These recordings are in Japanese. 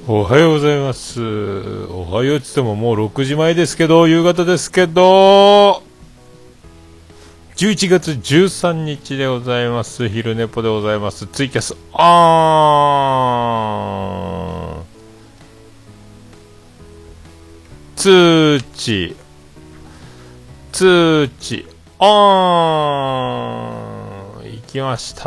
おはようございます。おはようって言ってももう6時前ですけど、夕方ですけど、11月13日でございます。昼寝ぽでございます。ツイキャス通知オン行きました。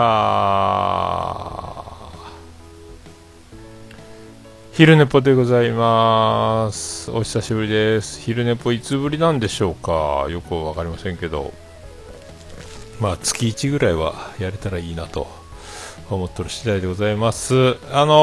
昼寝ぽでございます。お久しぶりです。昼寝ぽいつぶりなんでしょうか、よくわかりませんけど、まあ月1ぐらいはやれたらいいなと思ってる次第でございます。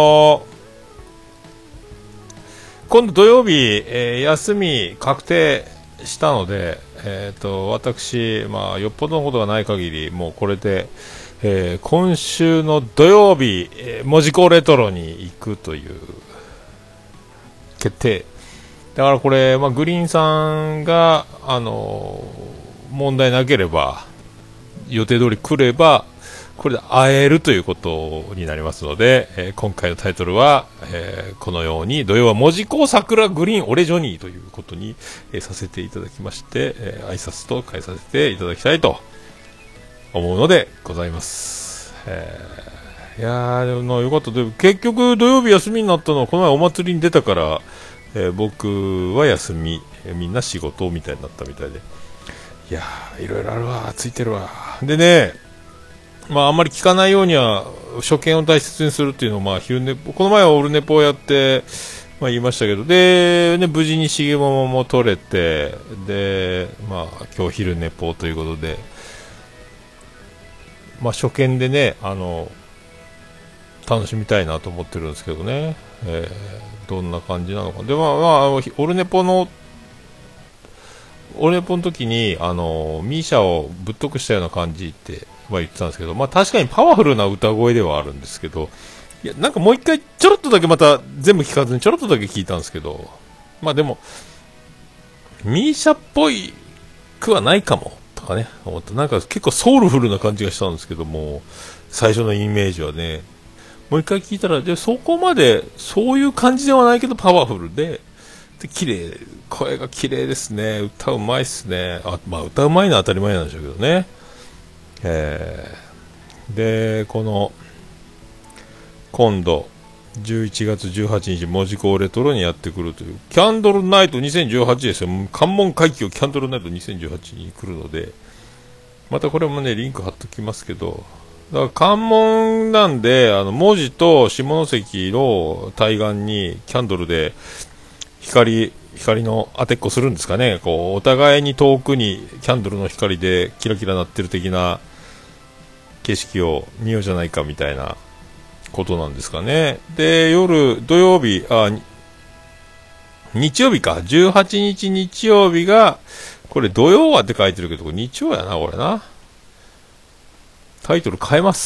今度土曜日、休み確定したので、私、まあよっぽどのことがない限りもうこれで、今週の土曜日、門司港レトロに行くという決定だから、これ、まあ、グリーンさんが問題なければ予定通り来ればこれで会えるということになりますので、今回のタイトルは、このように土曜は門司港桜グリーンオレジョニーということに、させていただきまして、挨拶と変えさせていただきたいと思うのでございます。いやーでもよかった。で結局土曜日休みになったのはこの前お祭りに出たから、僕は休み、みんな仕事みたいになったみたいで、いやーいろいろあるわ、ついてるわ。でね、まああんまり聞かないようには初見を大切にするっていうのを、まあ昼寝ぽ、この前はオルネポをやって、まあ言いましたけど、でね、無事にしげももも取れて、でまあ今日昼寝ぽということで、まあ初見でね、楽しみたいなと思ってるんですけどね、どんな感じなのか。で、まあ、オルネポの時にミーシャをぶっとくしたような感じって、まあ、言ってたんですけど、まあ確かにパワフルな歌声ではあるんですけど、いやなんかもう一回ちょろっとだけまた全部聞かずにちょろっとだけ聞いたんですけど、まあでもミーシャっぽいくはないかもとかね思って、なんか結構ソウルフルな感じがしたんですけども、最初のイメージはね、もう一回聞いたら、でそこまでそういう感じではないけどパワフルで、綺麗、声が綺麗ですね。歌うまいっすね。まあ歌うまいのは当たり前なんでしょうけどね。で今度11月18日門司港レトロにやってくるというキャンドルナイト2018ですよ。関門海峡キャンドルナイト2018に来るので、またこれもねリンク貼っときますけど、だから関門なんで、門司と下関の対岸にキャンドルで光の当てっこするんですかね。こうお互いに遠くにキャンドルの光でキラキラなってる的な景色を見ようじゃないかみたいなことなんですかね。で土曜日、日曜日か、18日日曜日が、これ土曜はって書いてるけど日曜やな、これな。タイトル変えます。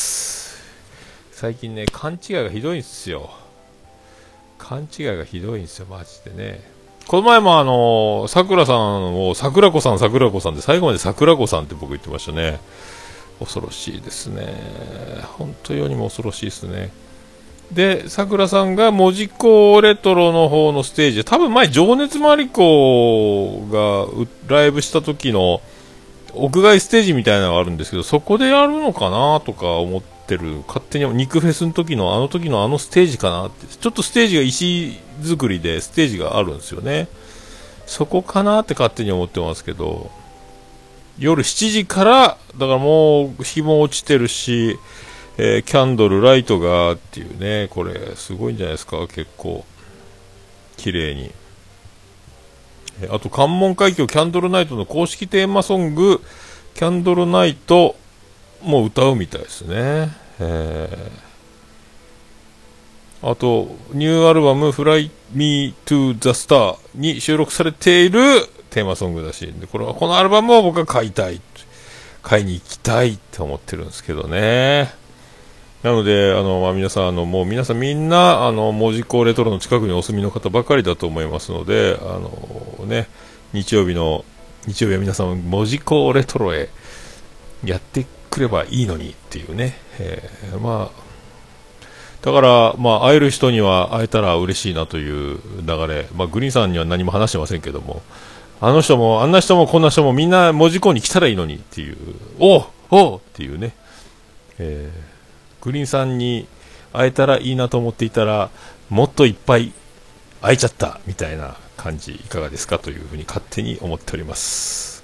最近ね勘違いがひどいんですよ。マジでね。この前もさくらさんを桜子さんで最後まで桜子さんって僕言ってましたね。恐ろしいですね。本当にも恐ろしいですね。でさくらさんが門司港レトロの方のステージ、多分前情熱マリコがライブした時の屋外ステージみたいなのがあるんですけど、そこでやるのかなとか思ってる、勝手に肉フェスの時のあのステージかなって。ちょっとステージが石作りでステージがあるんですよね。そこかなって勝手に思ってますけど、夜7時からだからもう日も落ちてるし、キャンドルライトがっていうね、これすごいんじゃないですか。結構綺麗に。あと関門海峡キャンドルナイトの公式テーマソングキャンドルナイトも歌うみたいですね。あとニューアルバム Fly Me to the Star に収録されているテーマソングだし、でこのアルバムを僕は買いに行きたいと思ってるんですけどね。なのでまあ、皆さんもう皆さんみんな門司港レトロの近くにお住みの方ばかりだと思いますので、ね、日曜日は皆さん門司港レトロへやってくればいいのにっていうね。まあだから、まあ、会える人には会えたら嬉しいなという流れ、まあ、グリーンさんには何も話してませんけども、あの人も、あんな人もこんな人もみんな門司港に来たらいいのにっていう、おうっていうね、グリーンさんに会えたらいいなと思っていたら、もっといっぱい会えちゃったみたいな感じ、いかがですかというふうに勝手に思っております。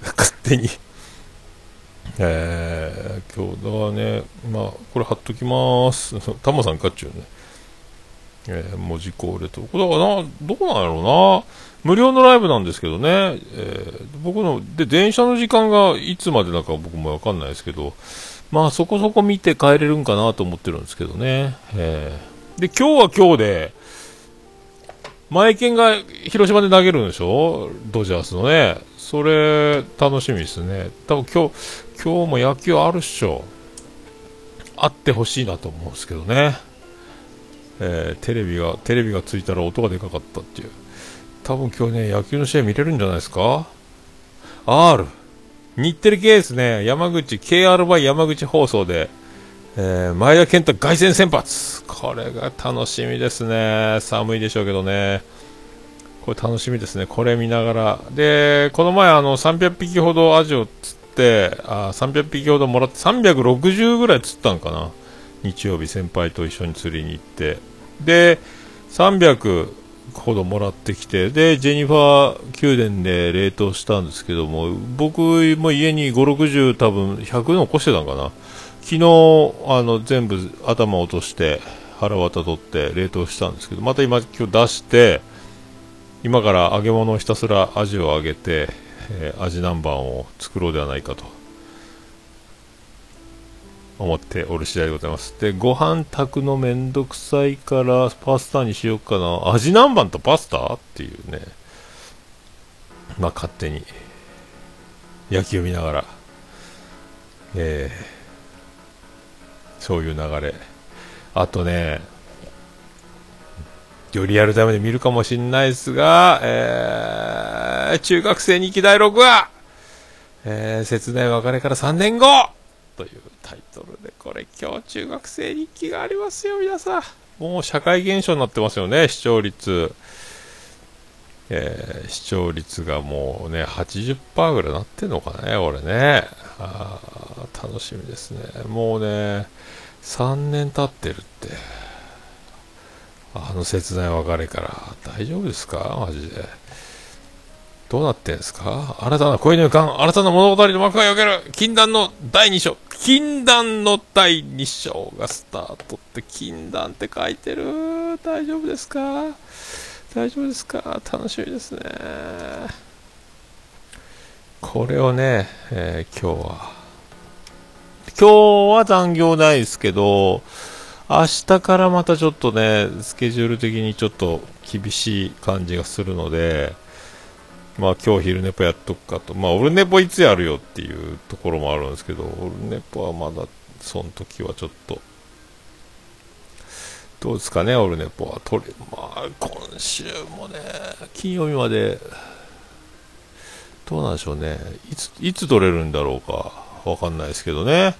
勝手に。今日だからね、まあ、これ貼っときます。タモさんかっちゅうね。文字工レト。これだからな、どうなんやろうな。無料のライブなんですけどね。僕の、で、電車の時間がいつまでだか僕もわかんないですけど、まあそこそこ見て帰れるんかなと思ってるんですけどね。で、今日は今日で、前剣が広島で投げるんでしょドジャースのね。それ、楽しみですね。多分今日も野球あるっしょ。あってほしいなと思うんですけどね。テレビがついたら音がでかかったっていう。多分今日ね、野球の試合見れるんじゃないですか。 R。日テレ系ですね。KR バイ山口放送で、前田健太凱旋先発。これが楽しみですね。寒いでしょうけどね。これ楽しみですね。これ見ながら。で、この前300匹ほどアジを釣って、300匹ほどもらって、360ぐらい釣ったんかな。日曜日先輩と一緒に釣りに行って。で、300ほどもらってきて、で、ジェニファー宮殿で冷凍したんですけども、僕も家に5、60多分100残してたんかな。昨日、全部頭落として、腹渡取って冷凍したんですけど、また今日出して、今から揚げ物をひたすらアジを揚げて、アジ南蛮を作ろうではないかと思っておる次第でございます。で、ご飯炊くのめんどくさいからパスタにしようかな。アジ南蛮とパスタっていうね。まあ勝手に野球見ながら、そういう流れ。あとね、よりリアルタイムで見るかもしれないですが、中学生日記第6話、切ない別れから3年後というタイトルで、これ今日中学生日記がありますよ、皆さん。もう社会現象になってますよね、視聴率。視聴率がもうね、80% ぐらいなってんのかね、俺ね。楽しみですね。もうね、3年経ってるって。切ない別れから大丈夫ですかマジで。どうなってんですか。新たな恋の予感、新たな物語の幕が開ける。禁断の第2章。禁断の第2章がスタートって、禁断って書いてる。大丈夫ですか。大丈夫ですか。楽しみですね。これをね、今日は残業ないですけど、明日からまたちょっとね、スケジュール的にちょっと厳しい感じがするので、まあ今日昼寝ぽやっとくかと。まあオルネポいつやるよっていうところもあるんですけど、オルネポはまだその時はちょっと、どうですかね、オルネポは。まあ今週もね、金曜日まで、どうなんでしょうね。いつ取れるんだろうか、わかんないですけどね。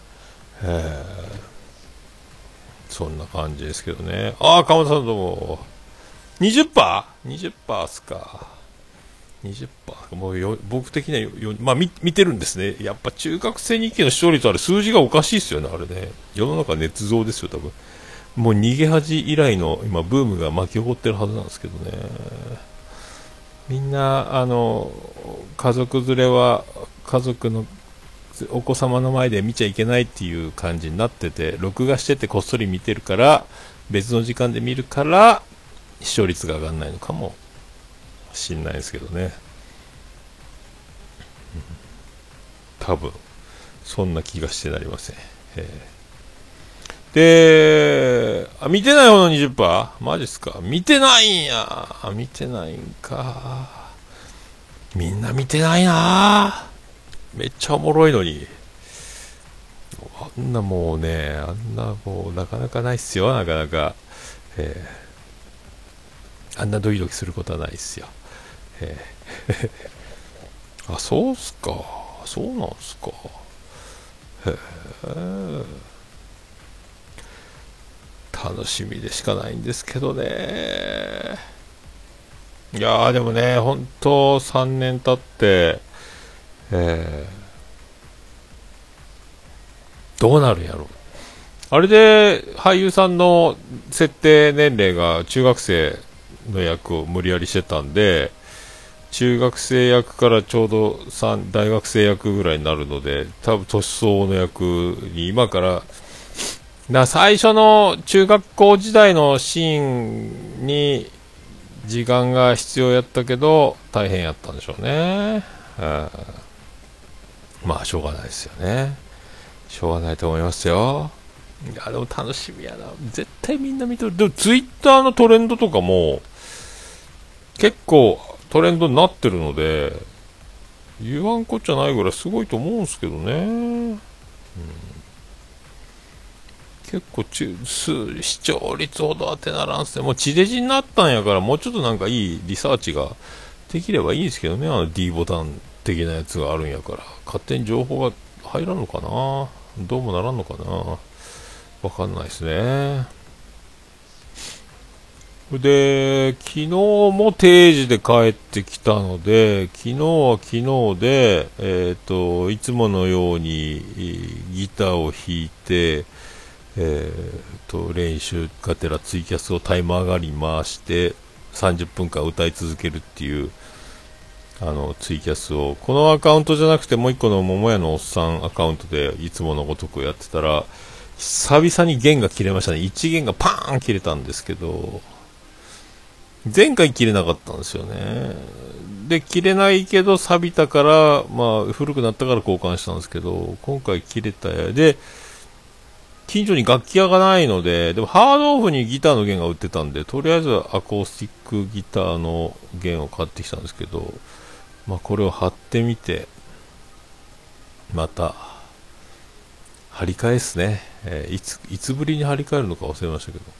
そんな感じですけどね。川本さんどうも。20%?20% っすか。20%。もう僕的にはまあ見てるんですね。やっぱ中学生日記の視聴率あれ数字がおかしいですよね、あれね。世の中捏造ですよ、多分。もう逃げ恥以来の今ブームが巻き起こってるはずなんですけどね。みんな、家族連れは家族のお子様の前で見ちゃいけないっていう感じになってて、録画しててこっそり見てるから、別の時間で見るから視聴率が上がらないのかもしんないですけどね。多分そんな気がしてなりません。で、見てない方の 20%？ マジっすか。見てないんや。見てないんか。みんな見てないな。めっちゃおもろいのに。あんなもうなかなかないっすよ、なかなか。あんなドキドキすることはないっすよ。そうっすか。そうなんすか。 楽しみでしかないんですけどね。いやーでもね、本当3年経って、どうなるんやろう。あれで俳優さんの設定年齢が中学生の役を無理やりしてたんで、中学生役からちょうど大学生役ぐらいになるので、多分年相応の役に今から最初の中学校時代のシーンに時間が必要やったけど大変やったんでしょうね。まあしょうがないですよね。しょうがないと思いますよ。いやでも楽しみやな。絶対みんな見とる。でもツイッターのトレンドとかも結構トレンドになってるので、言わんこっちゃないぐらいすごいと思うんですけどね。結構視聴率ほど当てならんすね。もう地デジになったんやから、もうちょっとなんかいいリサーチができればいいんですけどね。D ボタン的なやつがあるんやから、勝手に情報が入らんのかな、どうもならんのかな、わかんないですね。で、昨日も定時で帰ってきたので、昨日は昨日で、いつものようにギターを弾いて、練習がてらツイキャスをタイム上がりに回して30分間歌い続けるっていうツイキャスをこのアカウントじゃなくてもう一個の桃屋のおっさんアカウントでいつものごとくやってたら久々に弦が切れましたね。1弦がパーン切れたんですけど前回切れなかったんですよね。で切れないけど錆びたからまあ古くなったから交換したんですけど今回切れたやで近所に楽器屋がないので、でもハードオフにギターの弦が売ってたんで、とりあえずアコースティックギターの弦を買ってきたんですけど、まあこれを貼ってみて、また、張り替えですね。いつぶりに張り替えるのか忘れましたけど、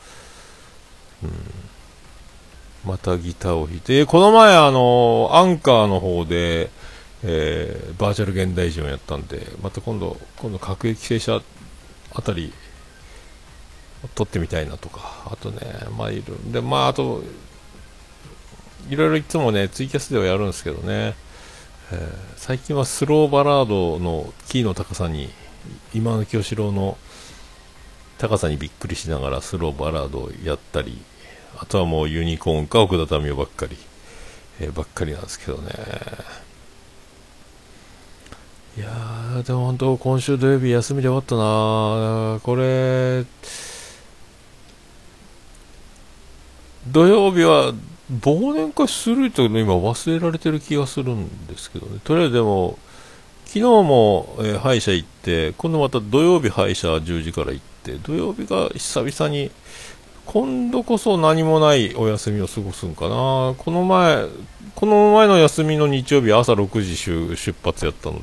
またギターを弾いて、この前アンカーの方で、バーチャル現代人をやったんで、また今度各駅停車あたり撮ってみたいなとか、あとね、まあいるで、まああといろいろいつもねツイキャスではやるんですけどね、最近はスローバラードのキーの高さに今の清志郎の高さにびっくりしながらスローバラードをやったり、あとはもうユニコーンか奥田民生ばっかり、ばっかりなんですけどね。いやーでも本当今週土曜日休みで終わったな。これ土曜日は忘年会するというの今忘れられてる気がするんですけどね。とりあえずでも昨日も、歯医者行って今度また土曜日歯医者10時から行って土曜日が久々に今度こそ何もないお休みを過ごすんかな。この前の休みの日曜日朝6時出発やったの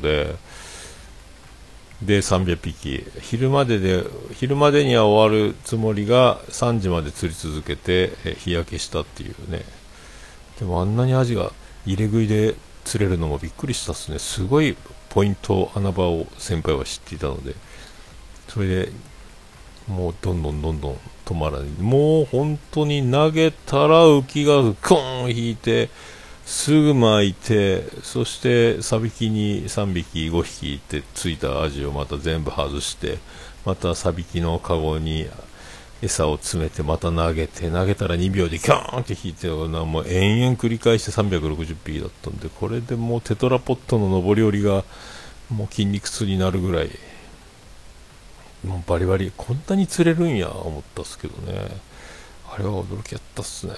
で300匹昼までには終わるつもりが3時まで釣り続けて日焼けしたっていうね。でもあんなにアジが入れ食いで釣れるのもびっくりしたっすね。すごいポイント穴場を先輩は知っていたので、それでもうどんどん止まらない。もう本当に投げたら浮きがコーン引いてすぐ巻いて、そしてサビキに3匹5匹ってついたアジをまた全部外して、またサビキのカゴに餌を詰めてまた投げたら2秒でキャーンって引いて、もう延々繰り返して360匹だったんで、これでもうテトラポットの上り下りがもう筋肉痛になるぐらい、もうバリバリこんなに釣れるんや思ったっすけどね。あれは驚きやったっすね。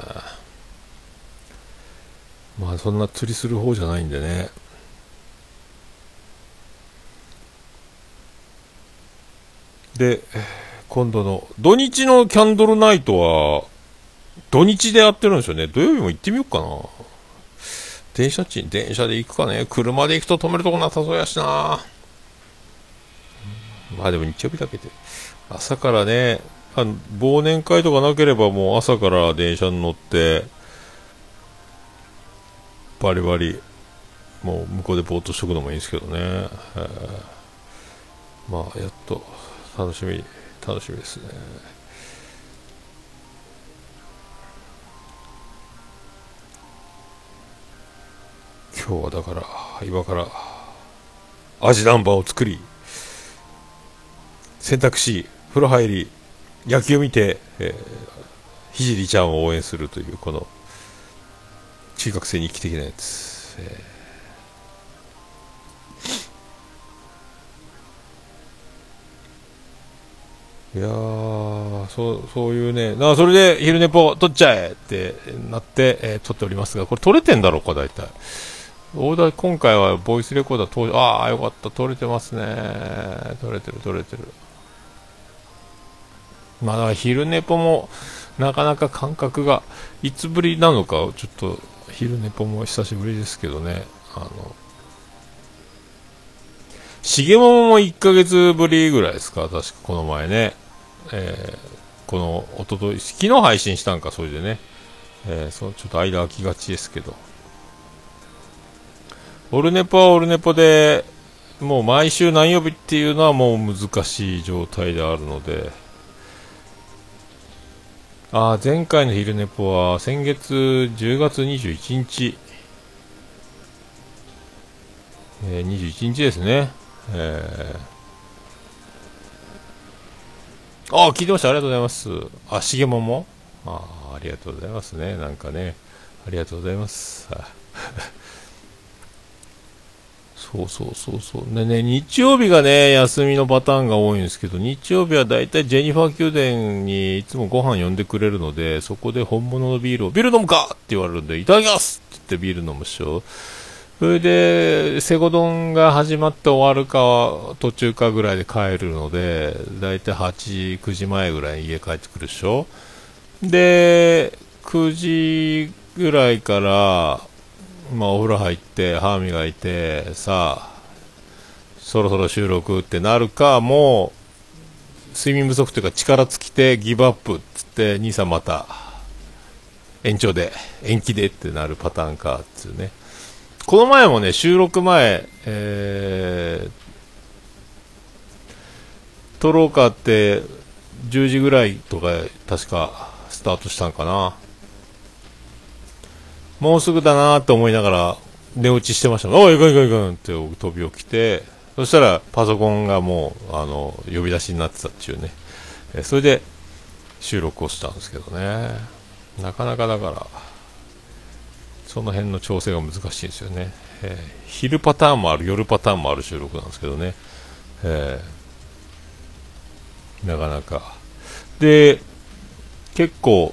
まあそんな釣りする方じゃないんでね。で今度の土日のキャンドルナイトは土日でやってるんですよね。土曜日も行ってみようかな。電車で行くかね。車で行くと止めるとこなさそうやしな。まあでも日曜日だけで朝からね、忘年会とかなければもう朝から電車に乗ってバリバリもう向こうでぼーっとしとくのもいいんですけどね。まあやっと楽しみですね。 今日はだから今からアジナンバーを作り、洗濯し、風呂入り、野球見て、ひじりちゃんを応援するというこの中学生日記的なやつ、いやー、そういうね、それで昼寝ぽ取っちゃえってなって、撮っておりますが、これ撮れてんだろうか、大体。今回はボイスレコーダーああ、よかった、撮れてますね。撮れてる。まあ、だから昼寝ぽも、なかなか感覚が、いつぶりなのか、ちょっと、昼寝ぽも久しぶりですけどね。しげももも1ヶ月ぶりぐらいですか、確かこの前ね。この、昨日配信したんか、それでね。ちょっと間空きがちですけど。オルネポはオルネポで、もう毎週何曜日っていうのはもう難しい状態であるので、前回の昼ネポは先月10月21日、21日ですね。聞いてました。ありがとうございます。しげももありがとうございますね。なんかね、ありがとうございます。そう。ね、日曜日がね、休みのパターンが多いんですけど、日曜日はだいたいジェニファー宮殿にいつもご飯呼んでくれるので、そこで本物のビール飲むかって言われるんで、いただきますって言ってビール飲むっしょ。それで、セゴ丼が始まって終わるか、途中かぐらいで帰るので、だいたい8時、9時前ぐらいに家帰ってくるでしょ。で、9時ぐらいから、お風呂入って歯磨いて、さあそろそろ収録ってなるか、もう睡眠不足というか力尽きてギブアップっつって兄さんまた延期でってなるパターンかっつうね。この前もね、収録前、撮ろうかって10時ぐらいとか確かスタートしたんかな。もうすぐだなと思いながら寝落ちしてました。いかんって飛び起きて、そしたらパソコンがもう呼び出しになってたっていうね。それで収録をしたんですけどね。なかなかだからその辺の調整が難しいですよね。昼パターンもある、夜パターンもある収録なんですけどね。なかなかで、結構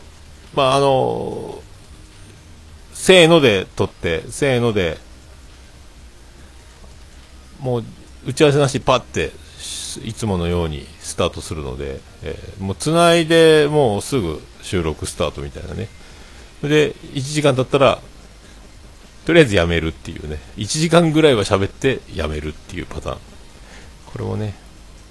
せーので撮って、せーのでもう打ち合わせなしパッていつものようにスタートするので、もうつないでもうすぐ収録スタートみたいなね。で1時間経ったらとりあえずやめるっていうね。1時間ぐらいは喋ってやめるっていうパターン。これもね、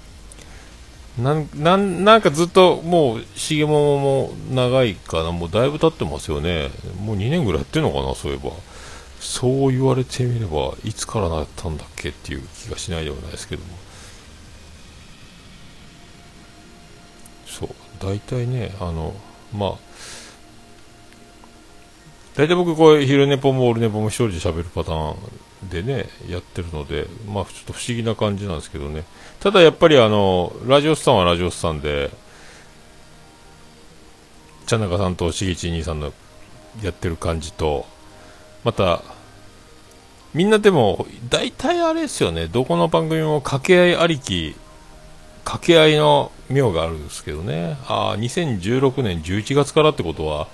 なんかずっともうしげもも長いかな、もうだいぶ経ってますよね。もう2年ぐらいやってんのかな、そういえば。そう言われてみればいつからなったんだっけっていう気がしないでもないですけども。そう大体ね、大体僕こう昼寝ぽもオルネポも一人で喋るパターンでねやってるので、ちょっと不思議な感じなんですけどね。ただやっぱりラジオスさんはラジオスさんで、ちゃなかさんとしげち兄さんのやってる感じと、またみんなでも大体あれですよね、どこの番組も掛け合いありき、掛け合いの妙があるんですけどね。2016年11月からってことは、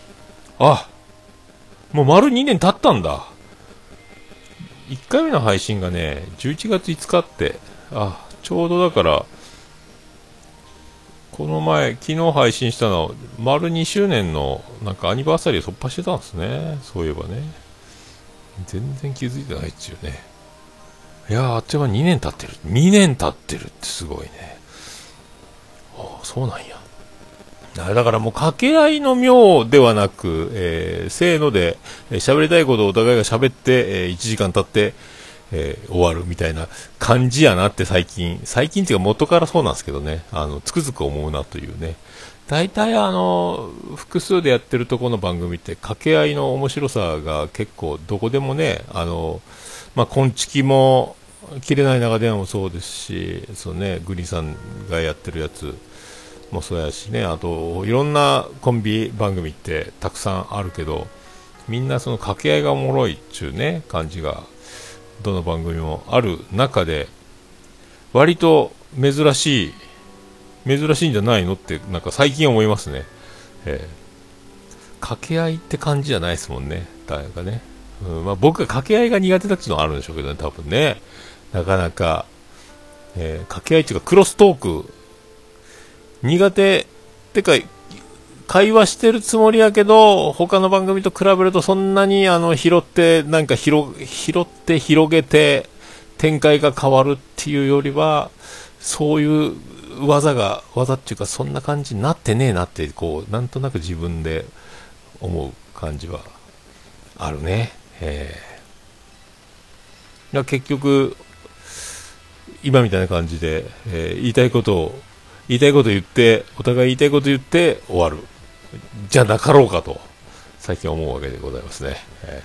もう丸2年経ったんだ。1回目の配信がね、11月5日って、ちょうどだから、この前、昨日配信したの、丸2周年の、なんかアニバーサリーを突破してたんですね。そういえばね。全然気づいてないっちゅうね。いやー、あっという間に2年経ってる。2年経ってるってすごいね。そうなんや。だからもう掛け合いの妙ではなく、せーので喋りたいことをお互いが喋って、1時間経って、終わるみたいな感じやなって最近っていうか元からそうなんですけどね、つくづく思うなというね。 大体複数でやってるところの番組って掛け合いの面白さが結構どこでもね、昆虫も切れない長電話もそうですし、そうね、グリーンさんがやってるやつもそうやしね、あといろんなコンビ番組ってたくさんあるけど、みんなその掛け合いがおもろいっちゅうね感じがどの番組もある中で、割と珍しいんじゃないのってなんか最近思いますね。掛け合いって感じじゃないですもんね、誰かね。僕が掛け合いが苦手だっていうのはあるんでしょうけどね、多分ね。なかなか、掛け合いっていうかクロストーク苦手ってか、会話してるつもりやけど他の番組と比べるとそんなに拾ってなんか拾って広げて展開が変わるっていうよりは、そういう技っていうか、そんな感じになってねえなって、こうなんとなく自分で思う感じはあるね。いや結局今みたいな感じで、言いたいこと言って、お互い言いたいこと言って終わるじゃなかろうかと最近思うわけでございますね。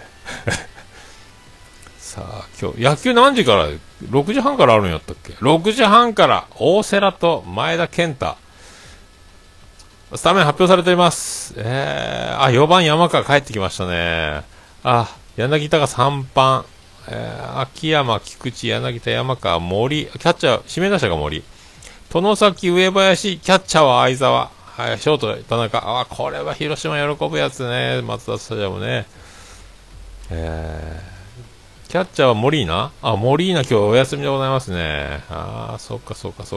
さあ今日野球何時から、6時半からあるんやったっけ。6時半から大瀬良と前田健太スタメン発表されています。4番山川帰ってきましたね。柳田が3番、秋山、菊池、柳田、山川、森、キャッチャー指名打者が森、外崎、上林、キャッチャーは相澤、はい、ショート田中。これは広島喜ぶやつね、松田スタジアムね。キャッチャーはモリーナ、今日お休みでございますね。そうか。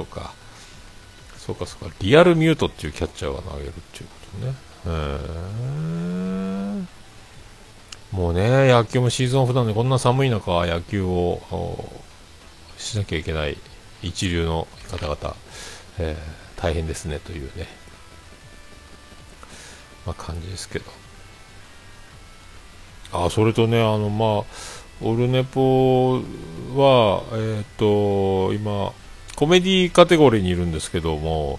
リアルミュートっていうキャッチャーが投げるっていうことね。もうね、野球もシーズンオフなんで、こんな寒い中野球をしなきゃいけない一流の方々、大変ですねというね、感じですけど。それとね、オルネポは、今、コメディカテゴリーにいるんですけども、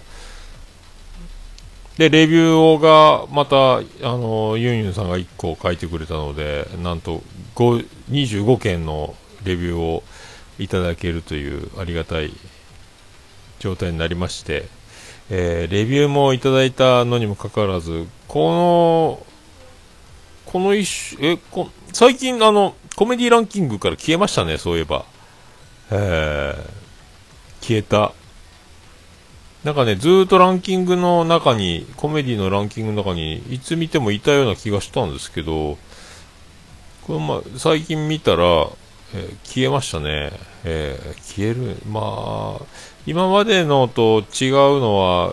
で、レビューがまた、ユンユンさんが1個書いてくれたので、なんと25件のレビューをいただけるというありがたい状態になりまして、レビューもいただいたのにもかかわらず、最近コメディランキングから消えましたね、そういえば。消えた。なんかね、ずーっとランキングの中に、コメディのランキングの中に、いつ見てもいたような気がしたんですけど、これ最近見たら、消えましたね。消える。今までのと違うのは、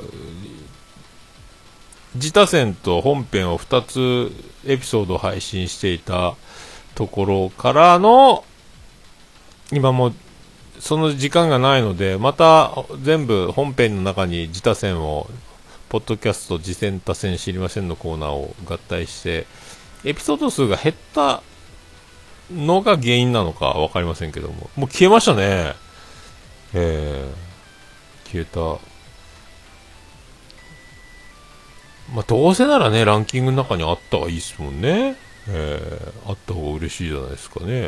自他戦と本編を2つエピソードを配信していたところからの、今もその時間がないので、また全部本編の中に自他戦を、ポッドキャスト自戦他戦知りませんのコーナーを合体して、エピソード数が減ったのが原因なのかわかりませんけども、もう消えましたね。消えた。どうせならね、ランキングの中にあった方がいいですもんね。あった方が嬉しいじゃないですかね。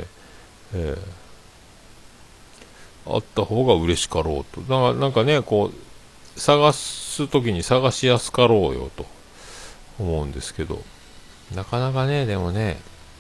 あった方が嬉しかろうと。だからなんかね、こう、探すときに探しやすかろうよと思うんですけど、なかなかね、でもね、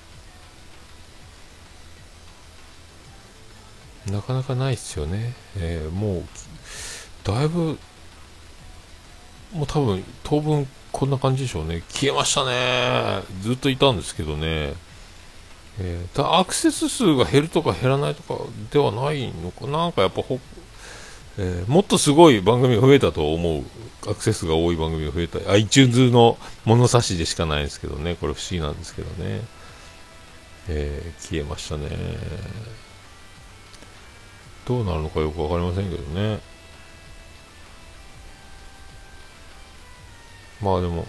なかなかないっすよね。もう、だいぶ、もう多分、当分こんな感じでしょうね。消えましたね。ずっといたんですけどね。アクセス数が減るとか減らないとかではないのか、なんかやっぱもっとすごい番組が増えたと思う。アクセスが多い番組が増えた。iTunes の物差しでしかないんですけどね。これ不思議なんですけどね。消えましたね。どうなるのかよくわかりませんけどね。でも、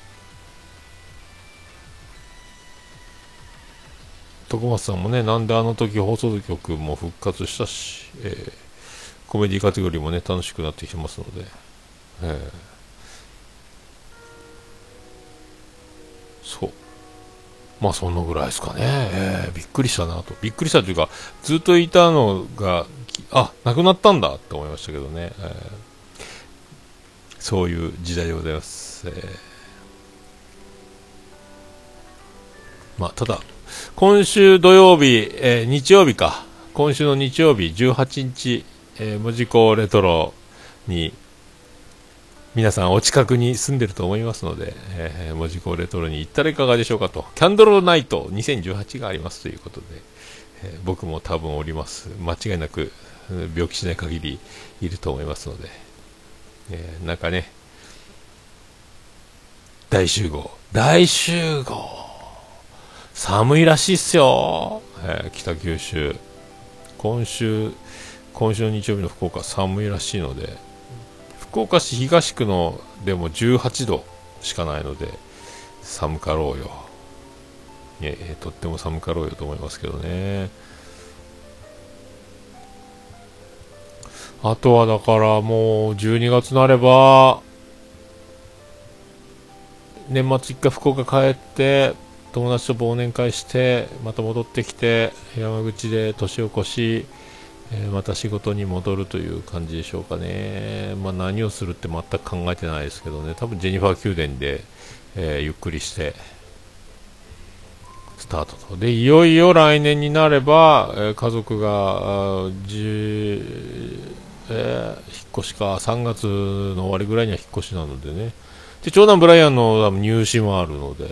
徳松さんもね、なんであの時放送局も復活したし、コメディカテゴリーもね、楽しくなってきてますので、 まあそのぐらいですかね。びっくりしたなと。びっくりしたというか、ずっといたのが、なくなったんだと思いましたけどね。そういう時代でございます。まあただ、今週土曜日、日曜日か。今週の日曜日18日、門司港レトロに皆さんお近くに住んでると思いますので、門司港レトロに行ったらいかがでしょうかと。キャンドルナイト2018がありますということで、僕も多分おります。間違いなく病気しない限りいると思いますので、なんかね、大集合寒いらしいっすよ、北九州。今週の日曜日の福岡寒いらしいので、福岡市東区のでも18度しかないので寒かろうよ、とっても寒かろうよと思いますけどね。あとはだからもう12月になれば年末一回福岡帰って友達と忘年会してまた戻ってきて山口で年を越し、また仕事に戻るという感じでしょうかね。まあ、何をするって全く考えてないですけどね。多分ジェニファー宮殿で、ゆっくりしてスタートと。でいよいよ来年になれば、家族が引っ越しか3月の終わりぐらいには引っ越しなのでね。で長男ブライアンの入試もあるので、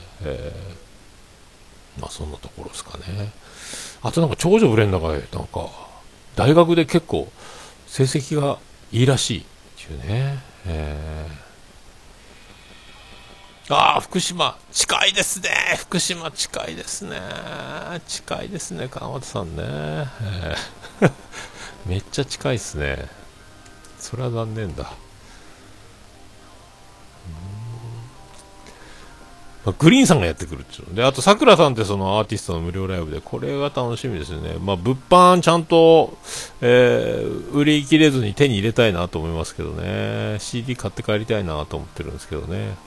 まあそんなところですかね。あとなんか長女ブレンダーがなんか大学で結構成績がいいらしいっていうね。福島近いですね。福島近いですね。近いですね、川本さんね。めっちゃ近いですね。それは残念だ。グリーンさんがやってくるっていうので、あとさくらさんってそのアーティストの無料ライブで、これが楽しみですよね。まあ物販ちゃんと、売り切れずに手に入れたいなと思いますけどね。 CD 買って帰りたいなと思ってるんですけどね。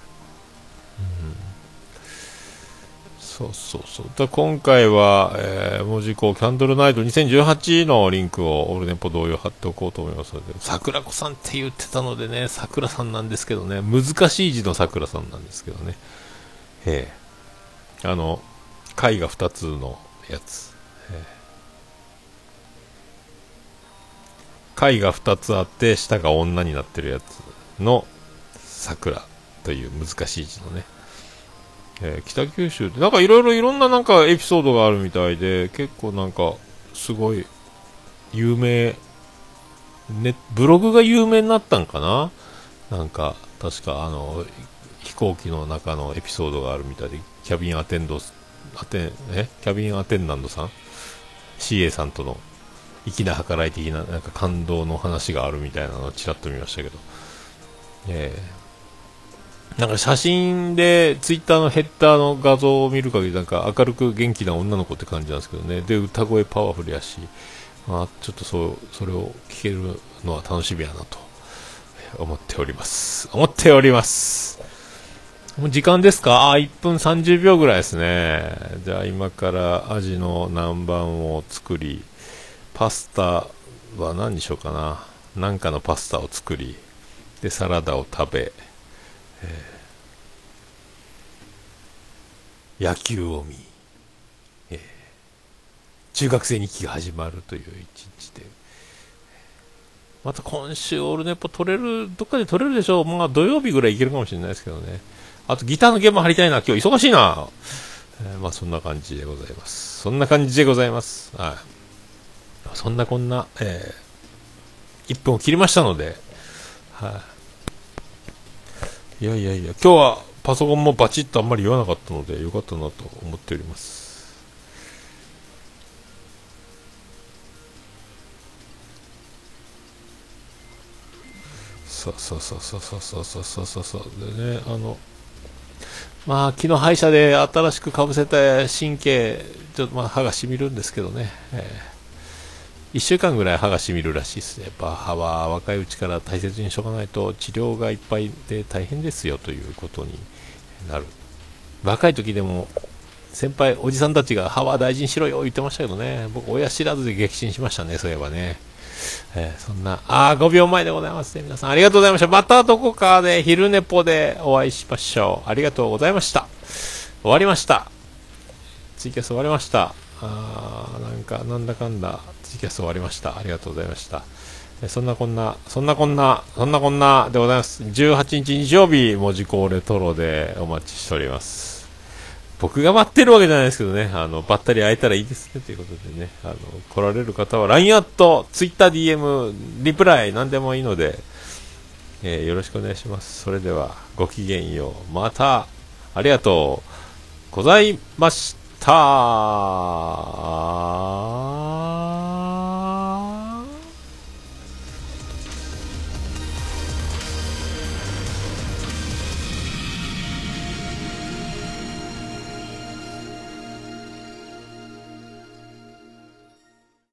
そうだ今回は、文字工キャンドルナイト2018のリンクをオルネポ同様貼っておこうと思いますので、桜子さんって言ってたのでね、桜さんなんですけどね、難しい字の桜さんなんですけどね、貝が2つのやつ、貝が2つあって下が女になってるやつの桜という難しい字のね、北九州ってなんかいろんななんかエピソードがあるみたいで、結構なんかすごい有名、ね、ブログが有名になったんかな。なんか確か飛行機の中のエピソードがあるみたいで、キャビンアテンダントさん CA さんとの粋な計らい的ななんか感動の話があるみたいなのをちらっと見ましたけど、なんか写真でツイッターのヘッダーの画像を見る限りなんか明るく元気な女の子って感じなんですけどね。で歌声パワフルやし、まあ、ちょっとそれを聞けるのは楽しみやなと思っております。もう時間ですか。1分30秒ぐらいですね。じゃあ今からアジの南蛮を作り、パスタは何にしようかな。なんかのパスタを作り、でサラダを食べ、野球を見、中学生日記が始まるという一日で、また今週オルネポどっかで取れるでしょう。まあ土曜日ぐらいいけるかもしれないですけどね。あとギターの鍵盤張りたいな。今日忙しいな。まあそんな感じでございます。はい。そんなこんな、1分を切りましたので、はい。いや、今日はパソコンもバチッとあんまり言わなかったのでよかったなと思っております。そうでね、まあ昨日歯医者で新しくかぶせた神経ちょっとまあ歯がしみるんですけどね、1週間ぐらい歯がしみるらしいですね。やっぱ歯は若いうちから大切にしとかないと治療がいっぱいで大変ですよということになる。若い時でも先輩、おじさんたちが歯は大事にしろよ言ってましたけどね、僕、親知らずで激震しましたね、そういえばね。そんな、5秒前でございますね。皆さん、ありがとうございました。またどこかで、昼寝ぽでお会いしましょう。ありがとうございました。終わりました。ツイキャス終わりました。なんだかんだ、ツイキャス終わりました。ありがとうございました。そんなこんなでございます。18日日曜日、文字工レトロでお待ちしております。僕が待ってるわけじゃないですけどね、ばったり会えたらいいですね、ということでね、来られる方は LINE アット、Twitter DM、リプライ、なんでもいいので、よろしくお願いします。それでは、ごきげんよう。また、ありがとうございました。